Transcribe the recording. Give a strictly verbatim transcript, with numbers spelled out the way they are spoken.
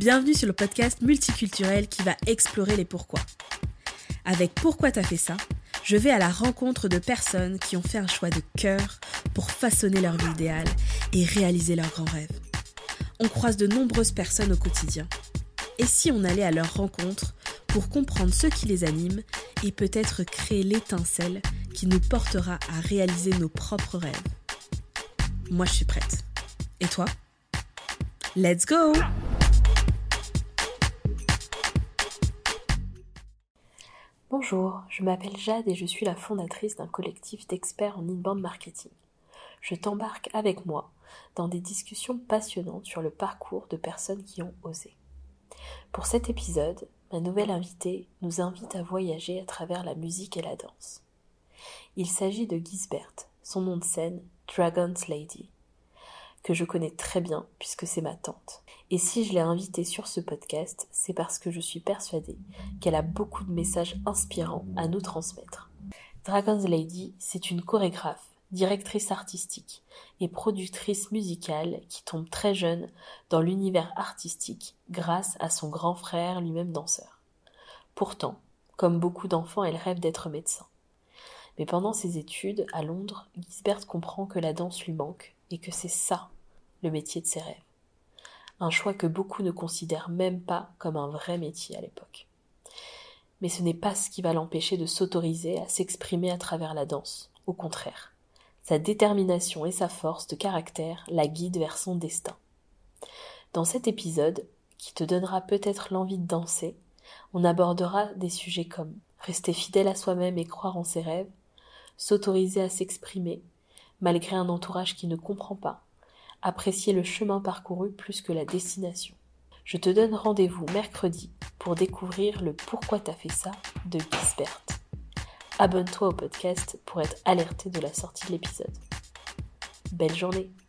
Bienvenue sur le podcast multiculturel qui va explorer les pourquoi. Avec Pourquoi t'as fait ça, je vais à la rencontre de personnes qui ont fait un choix de cœur pour façonner leur vie idéale et réaliser leurs grands rêves. On croise de nombreuses personnes au quotidien. Et si on allait à leur rencontre pour comprendre ce qui les anime et peut-être créer l'étincelle qui nous portera à réaliser nos propres rêves? Moi, je suis prête. Et toi? Let's go! Bonjour, je m'appelle Jade et je suis la fondatrice d'un collectif d'experts en inbound marketing. Je t'embarque avec moi dans des discussions passionnantes sur le parcours de personnes qui ont osé. Pour cet épisode, ma nouvelle invitée nous invite à voyager à travers la musique et la danse. Il s'agit de Gisbert, son nom de scène, Dragon's Lady, que je connais très bien puisque c'est ma tante. Et si je l'ai invitée sur ce podcast, c'est parce que je suis persuadée qu'elle a beaucoup de messages inspirants à nous transmettre. Dragon's Lady, c'est une chorégraphe, directrice artistique et productrice musicale qui tombe très jeune dans l'univers artistique grâce à son grand frère, lui-même danseur. Pourtant, comme beaucoup d'enfants, elle rêve d'être médecin. Mais pendant ses études, à Londres, Gisbert comprend que la danse lui manque et que c'est ça, le métier de ses rêves. Un choix que beaucoup ne considèrent même pas comme un vrai métier à l'époque. Mais ce n'est pas ce qui va l'empêcher de s'autoriser à s'exprimer à travers la danse. Au contraire, sa détermination et sa force de caractère la guident vers son destin. Dans cet épisode, qui te donnera peut-être l'envie de danser, on abordera des sujets comme rester fidèle à soi-même et croire en ses rêves, s'autoriser à s'exprimer, malgré un entourage qui ne comprend pas, apprécier le chemin parcouru plus que la destination. Je te donne rendez-vous mercredi pour découvrir le Pourquoi t'as fait ça de Gisbert. Abonne-toi au podcast pour être alerté de la sortie de l'épisode. Belle journée!